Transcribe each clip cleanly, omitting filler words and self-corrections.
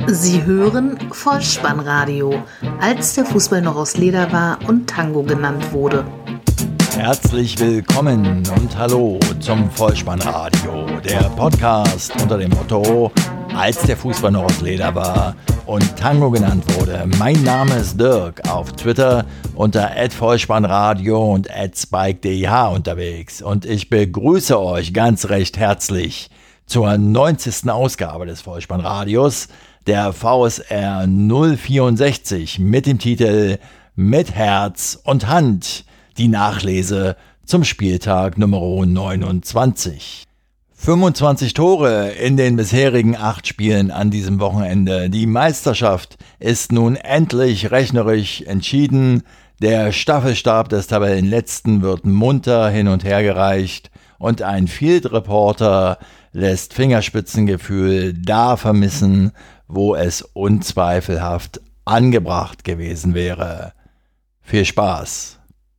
Sie hören Vollspannradio, als der Fußball noch aus Leder war und Tango genannt wurde. Herzlich willkommen und hallo zum Vollspannradio, der Podcast unter dem Motto, als der Fußball noch aus Leder war und Tango genannt wurde. Mein Name ist Dirk, auf Twitter unter @Vollspannradio und @spike_deh unterwegs und ich begrüße euch ganz recht herzlich zur 90. Ausgabe des Vollspannradios, der VSR 064 mit dem Titel Mit Herz und Hand, die Nachlese zum Spieltag Nummer 29. 25 Tore in den bisherigen 8 Spielen an diesem Wochenende. Die Meisterschaft ist nun endlich rechnerisch entschieden. Der Staffelstab des Tabellenletzten wird munter hin und her gereicht und ein Field Reporter lässt Fingerspitzengefühl da vermissen, wo es unzweifelhaft angebracht gewesen wäre. Viel Spaß!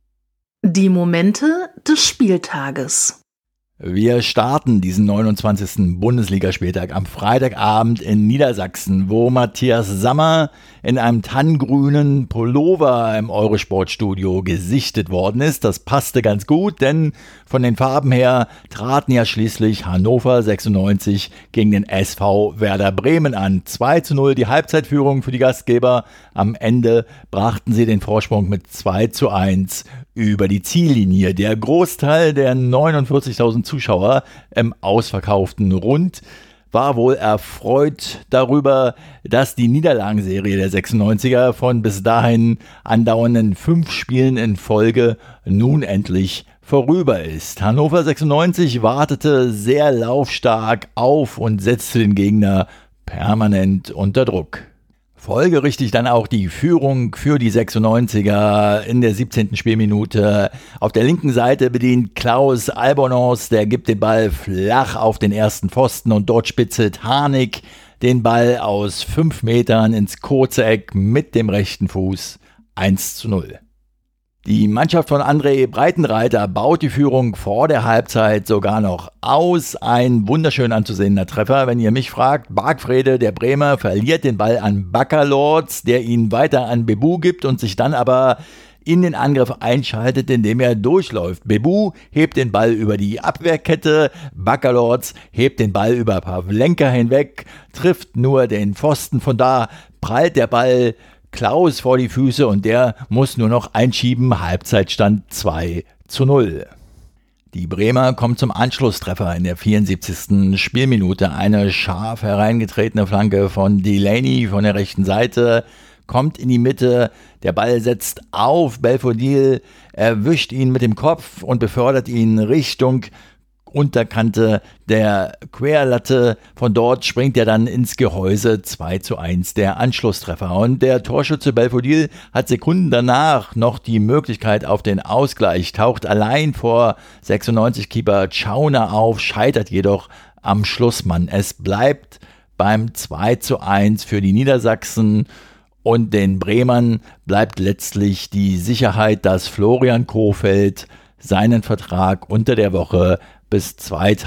Die Momente des Spieltages. Wir starten diesen 29. Bundesligaspieltag am Freitagabend in Niedersachsen, wo Matthias Sammer in einem tannengrünen Pullover im Eurosport-Studio gesichtet worden ist. Das passte ganz gut, denn von den Farben her traten ja schließlich Hannover 96 gegen den SV Werder Bremen an. 2:0 die Halbzeitführung für die Gastgeber. Am Ende brachten sie den Vorsprung mit 2:1 über die Ziellinie. Der Großteil der 49.000 Zuschauer im ausverkauften Rund war wohl erfreut darüber, dass die Niederlagenserie der 96er von bis dahin andauernden 5 Spielen in Folge nun endlich vorüber ist. Hannover 96 wartete sehr laufstark auf und setzte den Gegner permanent unter Druck. Folgerichtig dann auch die Führung für die 96er in der 17. Spielminute. Auf der linken Seite bedient Klaus Albonos, der gibt den Ball flach auf den ersten Pfosten und dort spitzelt Harnik den Ball aus 5 Metern ins kurze Eck mit dem rechten Fuß. 1:0. Die Mannschaft von André Breitenreiter baut die Führung vor der Halbzeit sogar noch aus. Ein wunderschön anzusehender Treffer, wenn ihr mich fragt. Bargfrede, der Bremer, verliert den Ball an Baccalords, der ihn weiter an Bebu gibt und sich dann aber in den Angriff einschaltet, indem er durchläuft. Bebu hebt den Ball über die Abwehrkette, Baccalords hebt den Ball über Pavlenka hinweg, trifft nur den Pfosten. Von da prallt der Ball Klaus vor die Füße und der muss nur noch einschieben. Halbzeitstand 2:0. Die Bremer kommt zum Anschlusstreffer in der 74. Spielminute. Eine scharf hereingetretene Flanke von Delaney von der rechten Seite kommt in die Mitte. Der Ball setzt auf Belfodil, erwischt ihn mit dem Kopf und befördert ihn Richtung Unterkante der Querlatte. Von dort springt er dann ins Gehäuse. 2:1 der Anschlusstreffer. Und der Torschütze Belfodil hat Sekunden danach noch die Möglichkeit auf den Ausgleich, taucht allein vor 96-Keeper Schauner auf, scheitert jedoch am Schlussmann. Es bleibt beim 2:1 für die Niedersachsen. Und den Bremern bleibt letztlich die Sicherheit, dass Florian Kohfeldt seinen Vertrag unter der Woche bis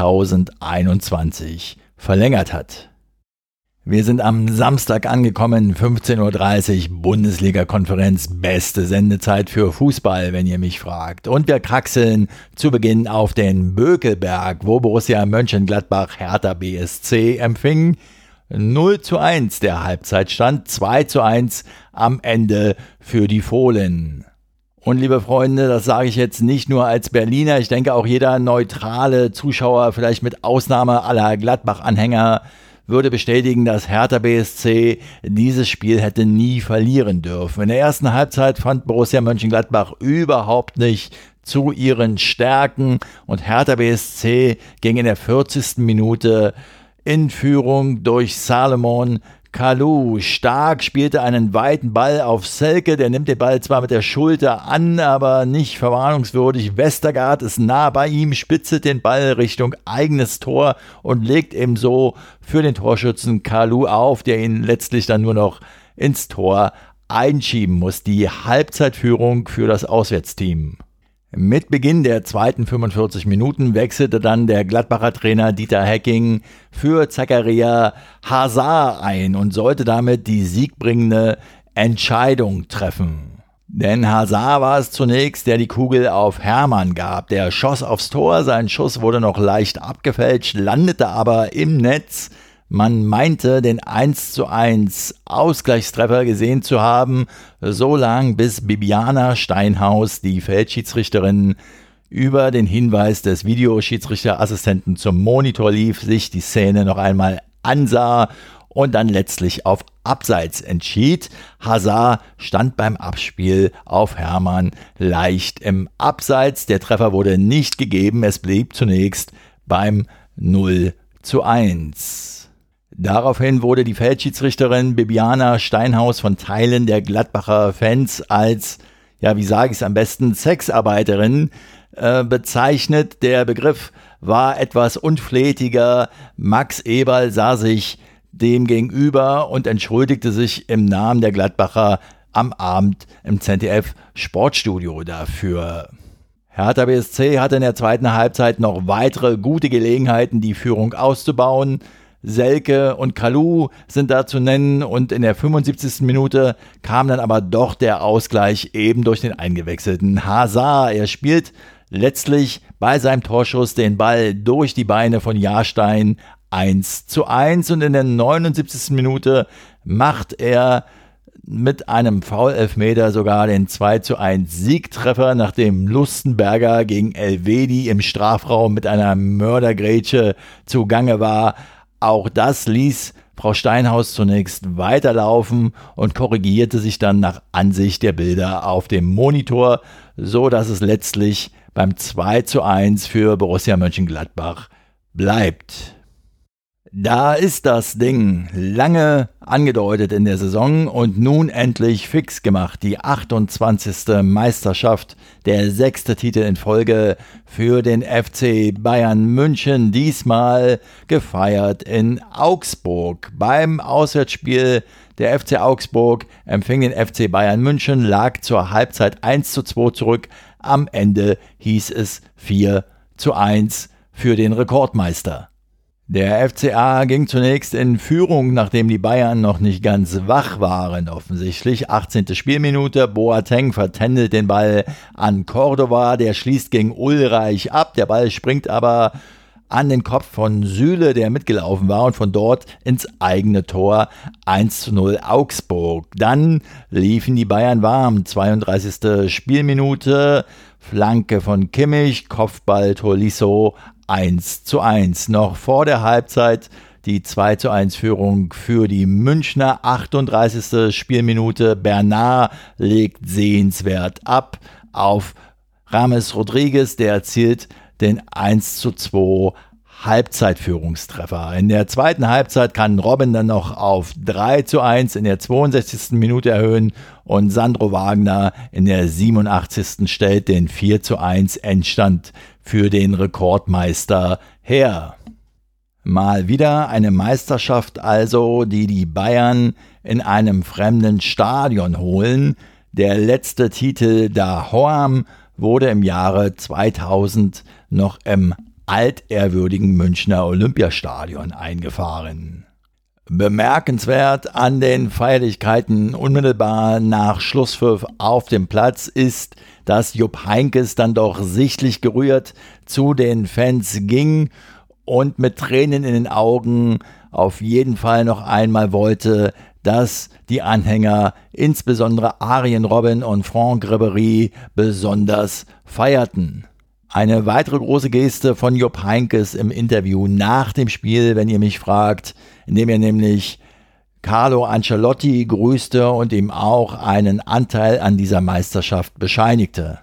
2021 verlängert hat. Wir sind am Samstag angekommen, 15:30 Uhr, Bundesliga-Konferenz, beste Sendezeit für Fußball, wenn ihr mich fragt. Und wir kraxeln zu Beginn auf den Bökelberg, wo Borussia Mönchengladbach Hertha BSC empfing. 0:1 der Halbzeitstand, 2:1 am Ende für die Fohlen. Und liebe Freunde, das sage ich jetzt nicht nur als Berliner, ich denke auch jeder neutrale Zuschauer, vielleicht mit Ausnahme aller Gladbach-Anhänger, würde bestätigen, dass Hertha BSC dieses Spiel hätte nie verlieren dürfen. In der ersten Halbzeit fand Borussia Mönchengladbach überhaupt nicht zu ihren Stärken und Hertha BSC ging in der 40. Minute in Führung durch Salomon Kalou. Stark spielte einen weiten Ball auf Selke, der nimmt den Ball zwar mit der Schulter an, aber nicht verwarnungswürdig. Westergaard ist nah bei ihm, spitzelt den Ball Richtung eigenes Tor und legt ebenso für den Torschützen Kalou auf, der ihn letztlich dann nur noch ins Tor einschieben muss. Die Halbzeitführung für das Auswärtsteam. Mit Beginn der zweiten 45 Minuten wechselte dann der Gladbacher Trainer Dieter Hecking für Zakaria Hazard ein und sollte damit die siegbringende Entscheidung treffen. Denn Hazard war es zunächst, der die Kugel auf Hermann gab. Der schoss aufs Tor, sein Schuss wurde noch leicht abgefälscht, landete aber im Netz. Man meinte, den 1:1 Ausgleichstreffer gesehen zu haben, so lang bis Bibiana Steinhaus, die Feldschiedsrichterin, über den Hinweis des Videoschiedsrichterassistenten zum Monitor lief, sich die Szene noch einmal ansah und dann letztlich auf Abseits entschied. Hazard stand beim Abspiel auf Hermann leicht im Abseits. Der Treffer wurde nicht gegeben. Es blieb zunächst beim 0:1. Daraufhin wurde die Feldschiedsrichterin Bibiana Steinhaus von Teilen der Gladbacher Fans als, wie sage ich es am besten, Sexarbeiterin bezeichnet. Der Begriff war etwas unflätiger. Max Eberl sah sich dem gegenüber und entschuldigte sich im Namen der Gladbacher am Abend im ZDF Sportstudio dafür. Hertha BSC hatte in der zweiten Halbzeit noch weitere gute Gelegenheiten, die Führung auszubauen. Selke und Kalou sind da zu nennen und in der 75. Minute kam dann aber doch der Ausgleich eben durch den eingewechselten Hazard. Er spielt letztlich bei seinem Torschuss den Ball durch die Beine von Jahrstein 1:1 und in der 79. Minute macht er mit einem Foul-Elfmeter sogar den 2:1 Siegtreffer, nachdem Lustenberger gegen Elvedi im Strafraum mit einer Mördergrätsche zugange war. Auch das ließ Frau Steinhaus zunächst weiterlaufen und korrigierte sich dann nach Ansicht der Bilder auf dem Monitor, so dass es letztlich beim 2:1 für Borussia Mönchengladbach bleibt. Da ist das Ding, lange angedeutet in der Saison und nun endlich fix gemacht. Die 28. Meisterschaft, der 6. Titel in Folge für den FC Bayern München, diesmal gefeiert in Augsburg. Beim Auswärtsspiel der FC Augsburg empfing den FC Bayern München, lag zur Halbzeit 1:2 zurück. Am Ende hieß es 4:1 für den Rekordmeister. Der FCA ging zunächst in Führung, nachdem die Bayern noch nicht ganz wach waren. Offensichtlich 18. Spielminute, Boateng vertändelt den Ball an Cordova, der schließt gegen Ulreich ab. Der Ball springt aber an den Kopf von Süle, der mitgelaufen war, und von dort ins eigene Tor. 1:0 Augsburg. Dann liefen die Bayern warm. 32. Spielminute, Flanke von Kimmich, Kopfball Tolisso, 1:1. Noch vor der Halbzeit die 2:1 Führung für die Münchner. 38. Spielminute, Bernard legt sehenswert ab auf James Rodriguez, der erzielt den 1:2 Halbzeitführungstreffer. In der zweiten Halbzeit kann Robben dann noch auf 3:1 in der 62. Minute erhöhen und Sandro Wagner in der 87. stellt den 4:1 Endstand für den Rekordmeister her. Mal wieder eine Meisterschaft also, die die Bayern in einem fremden Stadion holen. Der letzte Titel daheim wurde im Jahre 2000 noch im altehrwürdigen Münchner Olympiastadion eingefahren. Bemerkenswert an den Feierlichkeiten unmittelbar nach Schlusspfiff auf dem Platz ist, dass Jupp Heynckes dann doch sichtlich gerührt zu den Fans ging und mit Tränen in den Augen auf jeden Fall noch einmal wollte, dass die Anhänger, insbesondere Arjen Robben und Franck Ribéry, besonders feierten. Eine weitere große Geste von Jupp Heynckes im Interview nach dem Spiel, wenn ihr mich fragt, indem er nämlich Carlo Ancelotti grüßte und ihm auch einen Anteil an dieser Meisterschaft bescheinigte.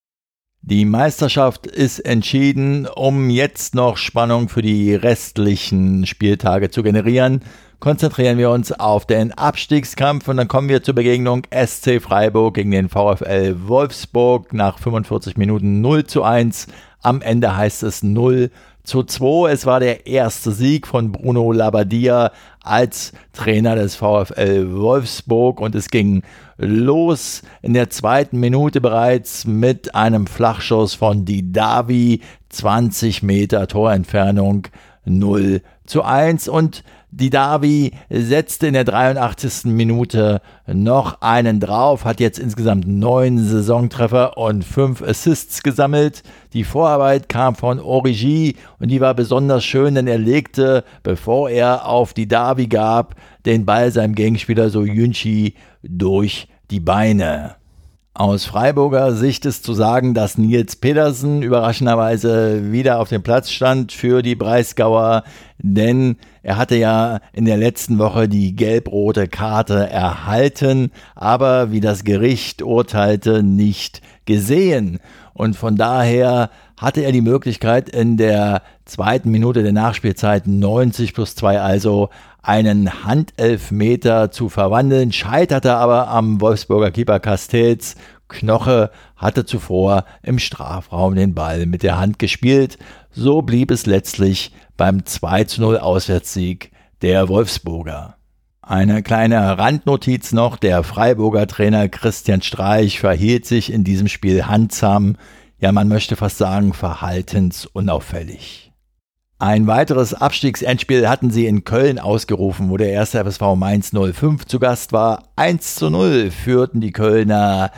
Die Meisterschaft ist entschieden. Um jetzt noch Spannung für die restlichen Spieltage zu generieren, konzentrieren wir uns auf den Abstiegskampf und dann kommen wir zur Begegnung SC Freiburg gegen den VfL Wolfsburg. Nach 45 Minuten 0:1. Am Ende heißt es 0:2 1:2. Es war der erste Sieg von Bruno Labbadia als Trainer des VfL Wolfsburg und es ging los in der 2. Minute bereits mit einem Flachschuss von Didavi, 20 Meter Torentfernung, 0:1 und Didavi setzte in der 83. Minute noch einen drauf, hat jetzt insgesamt 9 Saisontreffer und 5 Assists gesammelt. Die Vorarbeit kam von Origi und die war besonders schön, denn er legte, bevor er auf Didavi gab, den Ball seinem Gegenspieler Soyuncu durch die Beine. Aus Freiburger Sicht ist zu sagen, dass Nils Pedersen überraschenderweise wieder auf dem Platz stand für die Breisgauer, denn er hatte ja in der letzten Woche die gelb-rote Karte erhalten, aber wie das Gericht urteilte, nicht gesehen. Und von daher hatte er die Möglichkeit, in der 2. Minute der Nachspielzeit 90+2 also einen Handelfmeter zu verwandeln, scheiterte aber am Wolfsburger Keeper Castells. Knoche hatte zuvor im Strafraum den Ball mit der Hand gespielt. So blieb es letztlich beim 2:0 Auswärtssieg der Wolfsburger. Eine kleine Randnotiz noch: Der Freiburger Trainer Christian Streich verhielt sich in diesem Spiel handsam, ja man möchte fast sagen verhaltensunauffällig. Ein weiteres Abstiegsendspiel hatten sie in Köln ausgerufen, wo der 1. FSV Mainz 05 zu Gast war. 1:0 führten die Kölner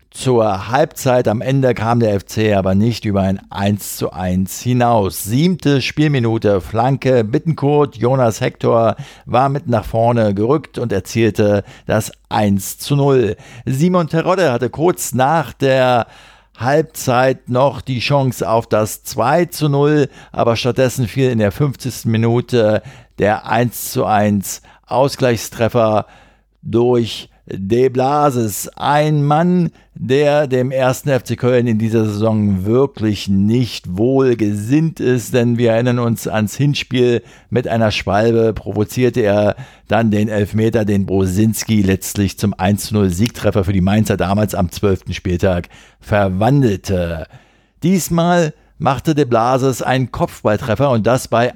zur Halbzeit. Am Ende kam der FC aber nicht über ein 1:1 hinaus. 7. Spielminute, Flanke, Bittencourt, Jonas Hector war mit nach vorne gerückt und erzielte das 1:0. Simon Terodde hatte kurz nach der Halbzeit noch die Chance auf das 2:0, aber stattdessen fiel in der 50. Minute der 1:1 Ausgleichstreffer durch De Blasis, ein Mann, der dem 1. FC Köln in dieser Saison wirklich nicht wohl gesinnt ist, denn wir erinnern uns ans Hinspiel. Mit einer Schwalbe provozierte er dann den Elfmeter, den Brosinski letztlich zum 1:0 Siegtreffer für die Mainzer damals am 12. Spieltag verwandelte. Diesmal machte De Blasis einen Kopfballtreffer und das bei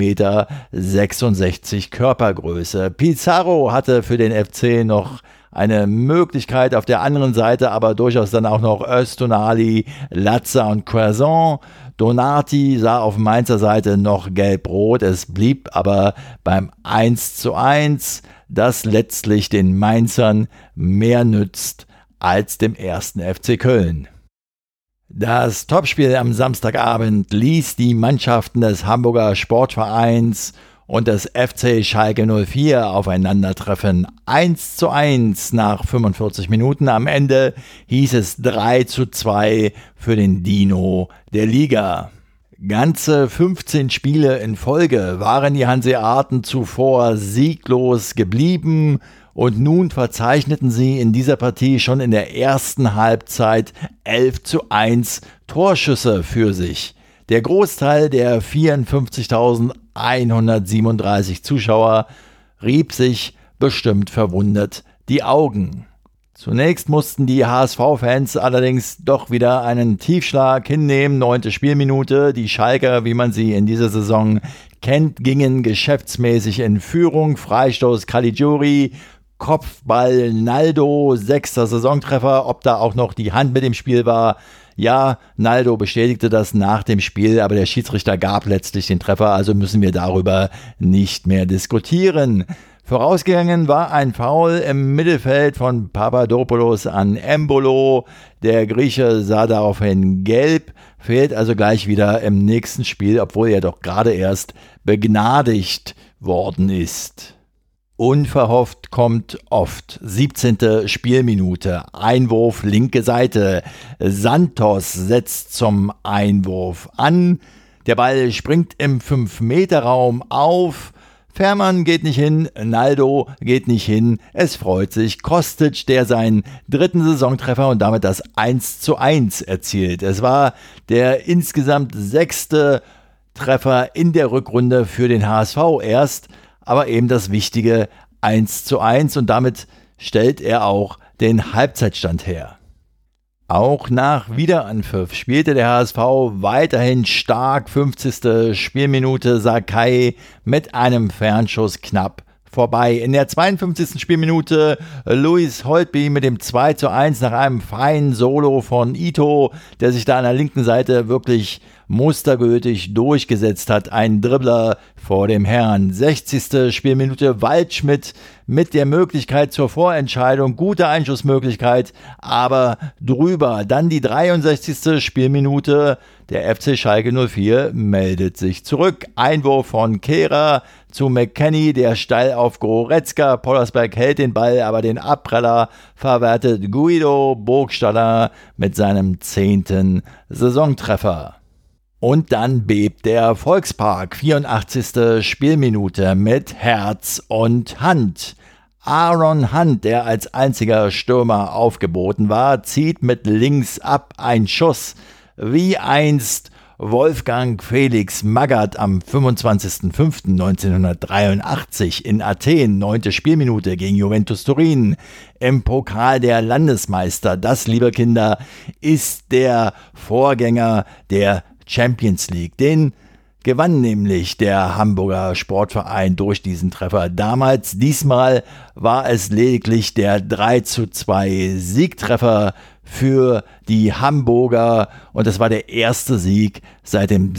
1,66 Meter Körpergröße. Pizarro hatte für den FC noch eine Möglichkeit auf der anderen Seite, aber durchaus dann auch noch Öztunali, Latza und Querson. Donati sah auf Mainzer Seite noch gelb-rot, es blieb aber beim 1:1, das letztlich den Mainzern mehr nützt als dem 1. FC Köln. Das Topspiel am Samstagabend ließ die Mannschaften des Hamburger Sportvereins und des FC Schalke 04 aufeinandertreffen. 1:1 nach 45 Minuten. Am Ende hieß es 3:2 für den Dino der Liga. Ganze 15 Spiele in Folge waren die Hanseaten zuvor sieglos geblieben und nun verzeichneten sie in dieser Partie schon in der ersten Halbzeit 11:1 Torschüsse für sich. Der Großteil der 54.137 Zuschauer rieb sich bestimmt verwundert die Augen. Zunächst mussten die HSV-Fans allerdings doch wieder einen Tiefschlag hinnehmen. 9. Spielminute. Die Schalker, wie man sie in dieser Saison kennt, gingen geschäftsmäßig in Führung. Freistoß Caligiuri, Kopfball Naldo, 6. Saisontreffer. Ob da auch noch die Hand mit im Spiel war? Ja, Naldo bestätigte das nach dem Spiel, aber der Schiedsrichter gab letztlich den Treffer, also müssen wir darüber nicht mehr diskutieren. Vorausgegangen war ein Foul im Mittelfeld von Papadopoulos an Embolo. Der Grieche sah daraufhin gelb, fehlt also gleich wieder im nächsten Spiel, obwohl er doch gerade erst begnadigt worden ist. Unverhofft kommt oft. 17. Spielminute. Einwurf linke Seite. Santos setzt zum Einwurf an. Der Ball springt im 5-Meter-Raum auf. Fährmann geht nicht hin, Naldo geht nicht hin. Es freut sich Kostic, der seinen 3. Saisontreffer und damit das 1:1 erzielt. Es war der insgesamt 6. Treffer in der Rückrunde für den HSV erst, aber eben das wichtige 1:1 und damit stellt er auch den Halbzeitstand her. Auch nach Wiederanpfiff spielte der HSV weiterhin stark. 50. Spielminute Sakai mit einem Fernschuss knapp vorbei. In der 52. Spielminute Luis Holtby mit dem 2:1 nach einem feinen Solo von Ito, der sich da an der linken Seite wirklich mustergültig durchgesetzt hat. Ein Dribbler vor dem Herrn. 60. Spielminute Waldschmidt mit der Möglichkeit zur Vorentscheidung. Gute Einschussmöglichkeit, aber drüber. Dann die 63. Spielminute. Der FC Schalke 04 meldet sich zurück. Einwurf von Kehrer zu McKennie, der steil auf Goretzka. Pollersbeck hält den Ball, aber den Abpraller verwertet Guido Burgstaller mit seinem 10. Saisontreffer. Und dann bebt der Volkspark, 84. Spielminute mit Herz und Hand. Aaron Hunt, der als einziger Stürmer aufgeboten war, zieht mit links ab, ein Schuss, wie einst Wolfgang Felix Magath am 25.05.1983 in Athen, 9. Spielminute gegen Juventus Turin im Pokal der Landesmeister. Das, liebe Kinder, ist der Vorgänger der Champions League. Den gewann nämlich der Hamburger Sportverein durch diesen Treffer damals. Diesmal war es lediglich der 3:2 Siegtreffer für die Hamburger und es war der erste Sieg seit dem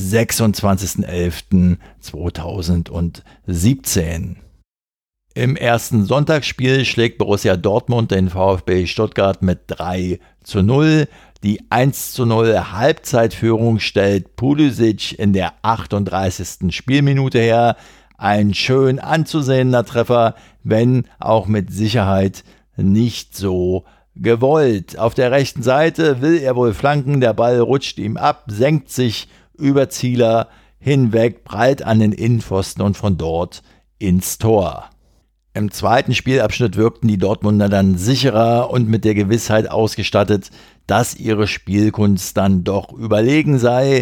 26.11.2017. Im ersten Sonntagsspiel schlägt Borussia Dortmund den VfB Stuttgart mit 3:0. Die 1:0 Halbzeitführung stellt Pulisic in der 38. Spielminute her. Ein schön anzusehender Treffer, wenn auch mit Sicherheit nicht so gewollt. Auf der rechten Seite will er wohl flanken, der Ball rutscht ihm ab, senkt sich über Zieler hinweg, prallt an den Innenpfosten und von dort ins Tor. Im zweiten Spielabschnitt wirkten die Dortmunder dann sicherer und mit der Gewissheit ausgestattet, dass ihre Spielkunst dann doch überlegen sei.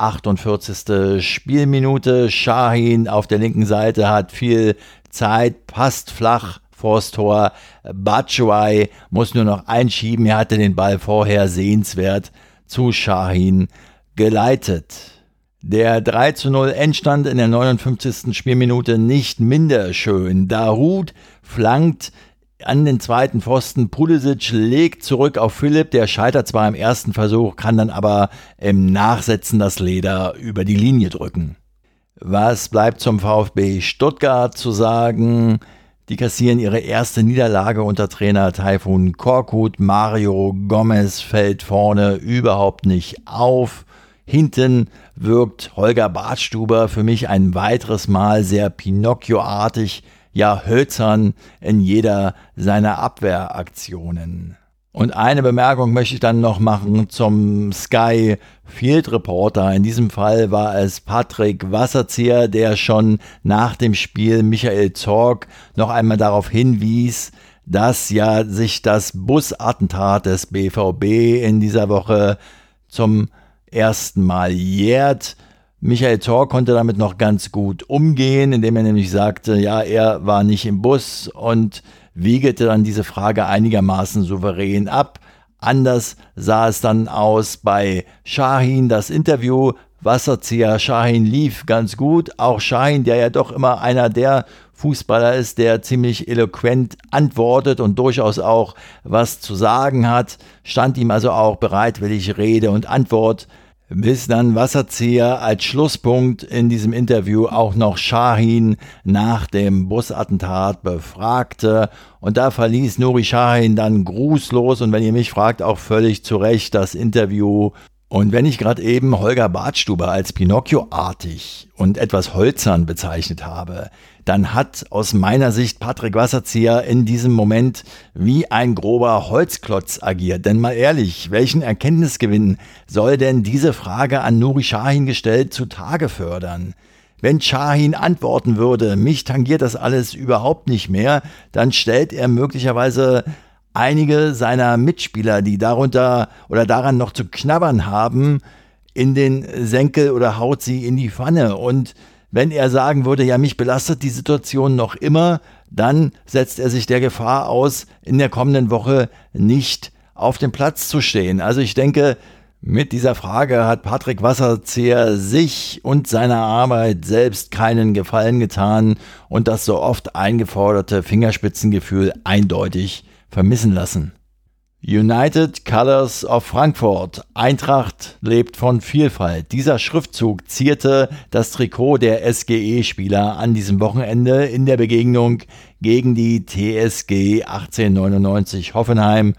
48. Spielminute, Şahin auf der linken Seite hat viel Zeit, passt flach vors Tor. Batshuayi muss nur noch einschieben, er hatte den Ball vorher sehenswert zu Şahin geleitet. Der 3:0 Endstand in der 59. Spielminute nicht minder schön. Dahoud flankt an den zweiten Pfosten, Pulisic legt zurück auf Philipp, der scheitert zwar im ersten Versuch, kann dann aber im Nachsetzen das Leder über die Linie drücken. Was bleibt zum VfB Stuttgart zu sagen? Die kassieren ihre erste Niederlage unter Trainer Tayfun Korkut. Mario Gomez fällt vorne überhaupt nicht auf. Hinten wirkt Holger Badstuber für mich ein weiteres Mal sehr Pinocchio-artig, ja hölzern in jeder seiner Abwehraktionen. Und eine Bemerkung möchte ich dann noch machen zum Sky Field Reporter. In diesem Fall war es Patrick Wasserzieher, der schon nach dem Spiel Michael Zorc noch einmal darauf hinwies, dass ja sich das Busattentat des BVB in dieser Woche zum ersten Mal jährt. Michael Zorc konnte damit noch ganz gut umgehen, indem er nämlich sagte, ja, er war nicht im Bus und wiegelte dann diese Frage einigermaßen souverän ab. Anders sah es dann aus bei Şahin, das Interview. Wasserzieher, Şahin lief ganz gut. Auch Şahin, der ja doch immer einer der Fußballer ist, der ziemlich eloquent antwortet und durchaus auch was zu sagen hat, stand ihm also auch bereitwillig Rede und Antwort, bis dann Wasserzieher als Schlusspunkt in diesem Interview auch noch Şahin nach dem Busattentat befragte. Und da verließ Nuri Şahin dann grußlos und wenn ihr mich fragt, auch völlig zu Recht das Interview. Und wenn ich gerade eben Holger Badstuber als Pinocchio-artig und etwas hölzern bezeichnet habe, dann hat aus meiner Sicht Patrick Wasserzieher in diesem Moment wie ein grober Holzklotz agiert. Denn mal ehrlich, welchen Erkenntnisgewinn soll denn diese Frage an Nuri Şahin gestellt zutage fördern? Wenn Şahin antworten würde, mich tangiert das alles überhaupt nicht mehr, dann stellt er möglicherweise einige seiner Mitspieler, die darunter oder daran noch zu knabbern haben, in den Senkel oder haut sie in die Pfanne. Und wenn er sagen würde, ja, mich belastet die Situation noch immer, dann setzt er sich der Gefahr aus, in der kommenden Woche nicht auf dem Platz zu stehen? Also ich denke, mit dieser Frage hat Patrick Wasserzieher sich und seiner Arbeit selbst keinen Gefallen getan und das so oft eingeforderte Fingerspitzengefühl eindeutig vermissen lassen. United Colors of Frankfurt. Eintracht lebt von Vielfalt. Dieser Schriftzug zierte das Trikot der SGE-Spieler an diesem Wochenende in der Begegnung gegen die TSG 1899 Hoffenheim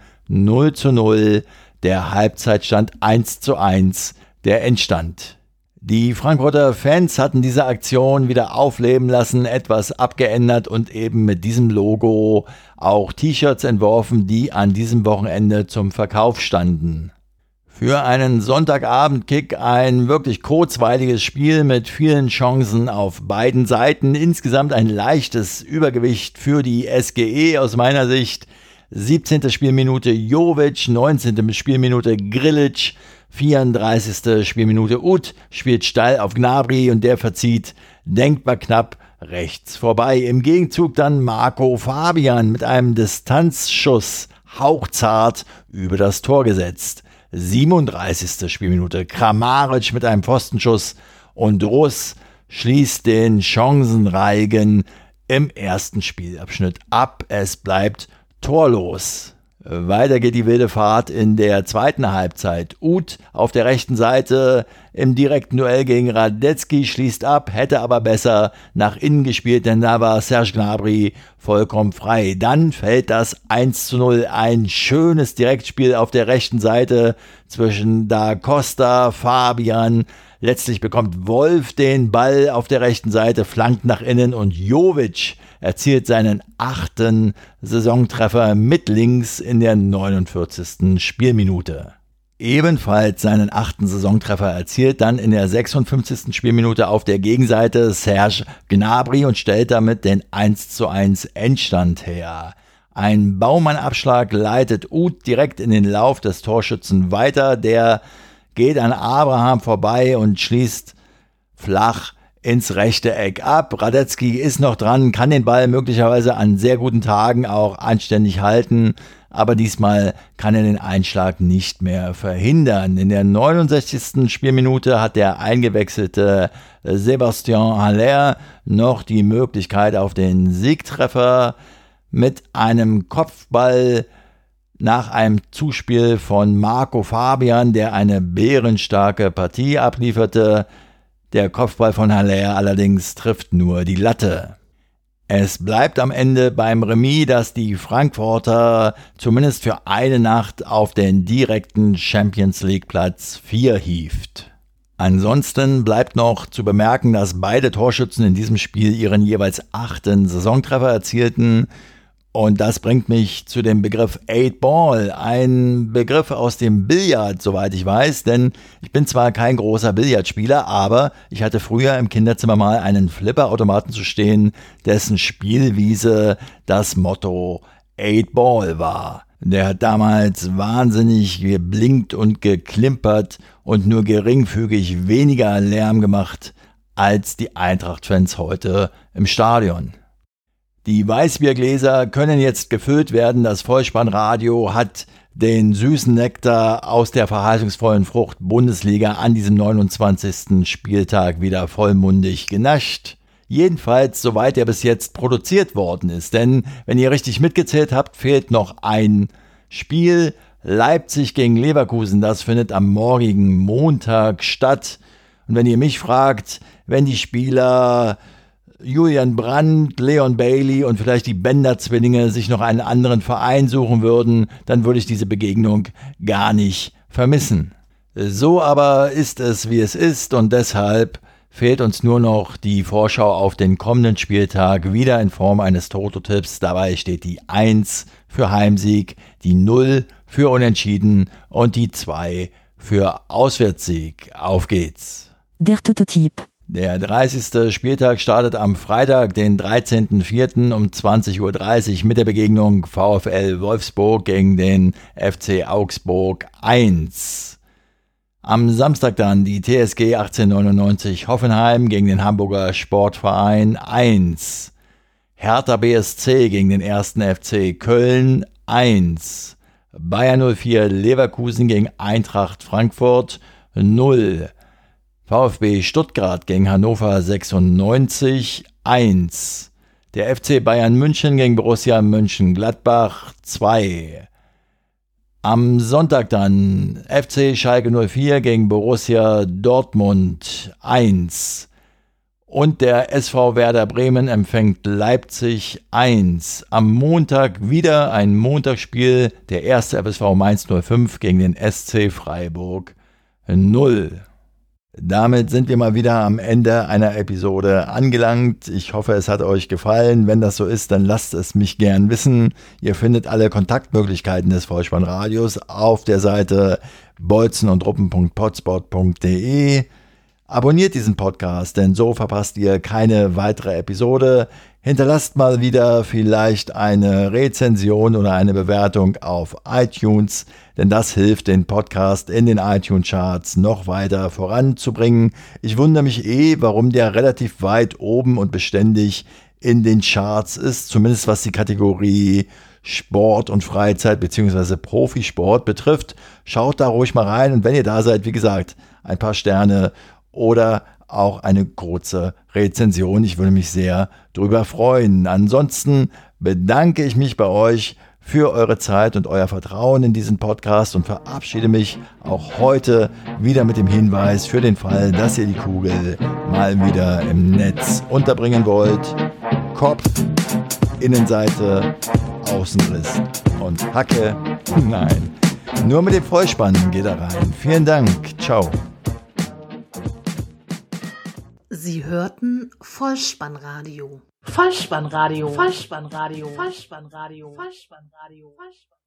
0:0. Der Halbzeitstand 1:1, der Endstand. Die Frankfurter Fans hatten diese Aktion wieder aufleben lassen, etwas abgeändert und eben mit diesem Logo auch T-Shirts entworfen, die an diesem Wochenende zum Verkauf standen. Für einen Sonntagabendkick ein wirklich kurzweiliges Spiel mit vielen Chancen auf beiden Seiten. Insgesamt ein leichtes Übergewicht für die SGE aus meiner Sicht. 17. Spielminute Jovic, 19. Spielminute Grilic, 34. Spielminute Uth spielt steil auf Gnabry und der verzieht denkbar knapp rechts vorbei. Im Gegenzug dann Marco Fabian mit einem Distanzschuss hauchzart über das Tor gesetzt. 37. Spielminute Kramaric mit einem Pfostenschuss und Russ schließt den Chancenreigen im ersten Spielabschnitt ab. Es bleibt torlos. Weiter geht die wilde Fahrt in der zweiten Halbzeit. Uth auf der rechten Seite im direkten Duell gegen Radetzky schließt ab, hätte aber besser nach innen gespielt, denn da war Serge Gnabry vollkommen frei. Dann fällt das 1:0, ein schönes Direktspiel auf der rechten Seite zwischen Da Costa, Fabian. Letztlich bekommt Wolf den Ball auf der rechten Seite, flankt nach innen und Jovic erzielt seinen 8. Saisontreffer mit links in der 49. Spielminute. Ebenfalls seinen 8. Saisontreffer erzielt dann in der 56. Spielminute auf der Gegenseite Serge Gnabry und stellt damit den 1:1 Endstand her. Ein Baumann-Abschlag leitet Uth direkt in den Lauf des Torschützen weiter, der geht an Abraham vorbei und schließt flach ins rechte Eck ab. Radetzky ist noch dran, kann den Ball möglicherweise an sehr guten Tagen auch anständig halten, aber diesmal kann er den Einschlag nicht mehr verhindern. In der 69. Spielminute hat der eingewechselte Sébastien Haller noch die Möglichkeit auf den Siegtreffer mit einem Kopfball nach einem Zuspiel von Marco Fabian, der eine bärenstarke Partie ablieferte. Der Kopfball von Haller allerdings trifft nur die Latte. Es bleibt am Ende beim Remis, dass die Frankfurter zumindest für eine Nacht auf den direkten Champions League Platz 4 hieft. Ansonsten bleibt noch zu bemerken, dass beide Torschützen in diesem Spiel ihren jeweils 8. Saisontreffer erzielten. Und das bringt mich zu dem Begriff 8 Ball, ein Begriff aus dem Billard, soweit ich weiß, denn ich bin zwar kein großer Billardspieler, aber ich hatte früher im Kinderzimmer mal einen Flipperautomaten zu stehen, dessen Spielwiese das Motto 8 Ball war. Der hat damals wahnsinnig geblinkt und geklimpert und nur geringfügig weniger Lärm gemacht als die Eintracht-Fans heute im Stadion. Die Weißbiergläser können jetzt gefüllt werden. Das Vollspannradio hat den süßen Nektar aus der verheißungsvollen Frucht Bundesliga an diesem 29. Spieltag wieder vollmundig genascht. Jedenfalls, soweit er bis jetzt produziert worden ist. Denn wenn ihr richtig mitgezählt habt, fehlt noch ein Spiel. Leipzig gegen Leverkusen, das findet am morgigen Montag statt. Und wenn ihr mich fragt, wenn die Spieler Julian Brandt, Leon Bailey und vielleicht die Bender-Zwillinge sich noch einen anderen Verein suchen würden, dann würde ich diese Begegnung gar nicht vermissen. So aber ist es, wie es ist, und deshalb fehlt uns nur noch die Vorschau auf den kommenden Spieltag, wieder in Form eines Toto-Tipps. Dabei steht die 1 für Heimsieg, die 0 für Unentschieden und die 2 für Auswärtssieg. Auf geht's. Der Toto-Tipp. Der 30. Spieltag startet am Freitag, den 13.04. um 20.30 Uhr mit der Begegnung VfL Wolfsburg gegen den FC Augsburg 1. Am Samstag dann die TSG 1899 Hoffenheim gegen den Hamburger Sportverein 1. Hertha BSC gegen den 1. FC Köln 1. Bayer 04 Leverkusen gegen Eintracht Frankfurt 0. VfB Stuttgart gegen Hannover 96 1. Der FC Bayern München gegen Borussia Mönchengladbach 2. Am Sonntag dann FC Schalke 04 gegen Borussia Dortmund 1. Und der SV Werder Bremen empfängt Leipzig 1. Am Montag wieder ein Montagsspiel, der erste FSV Mainz 05 gegen den SC Freiburg 0. Damit sind wir mal wieder am Ende einer Episode angelangt. Ich hoffe, es hat euch gefallen. Wenn das so ist, dann lasst es mich gern wissen. Ihr findet alle Kontaktmöglichkeiten des Vollspannradios auf der Seite bolzenundruppen.potspot.de. Abonniert diesen Podcast, denn so verpasst ihr keine weitere Episode. Hinterlasst mal wieder vielleicht eine Rezension oder eine Bewertung auf iTunes, denn das hilft, den Podcast in den iTunes-Charts noch weiter voranzubringen. Ich wundere mich warum der relativ weit oben und beständig in den Charts ist, zumindest was die Kategorie Sport und Freizeit bzw. Profisport betrifft. Schaut da ruhig mal rein und wenn ihr da seid, wie gesagt, ein paar Sterne oder auch eine kurze Rezension. Ich würde mich sehr drüber freuen. Ansonsten bedanke ich mich bei euch für eure Zeit und euer Vertrauen in diesen Podcast und verabschiede mich auch heute wieder mit dem Hinweis für den Fall, dass ihr die Kugel mal wieder im Netz unterbringen wollt. Kopf, Innenseite, Außenriss und Hacke. Nein, nur mit dem Vollspann geht er rein. Vielen Dank. Ciao. Sie hörten Vollspannradio. Vollspannradio. Vollspannradio. Vollspannradio. Vollspannradio. Vollspannradio.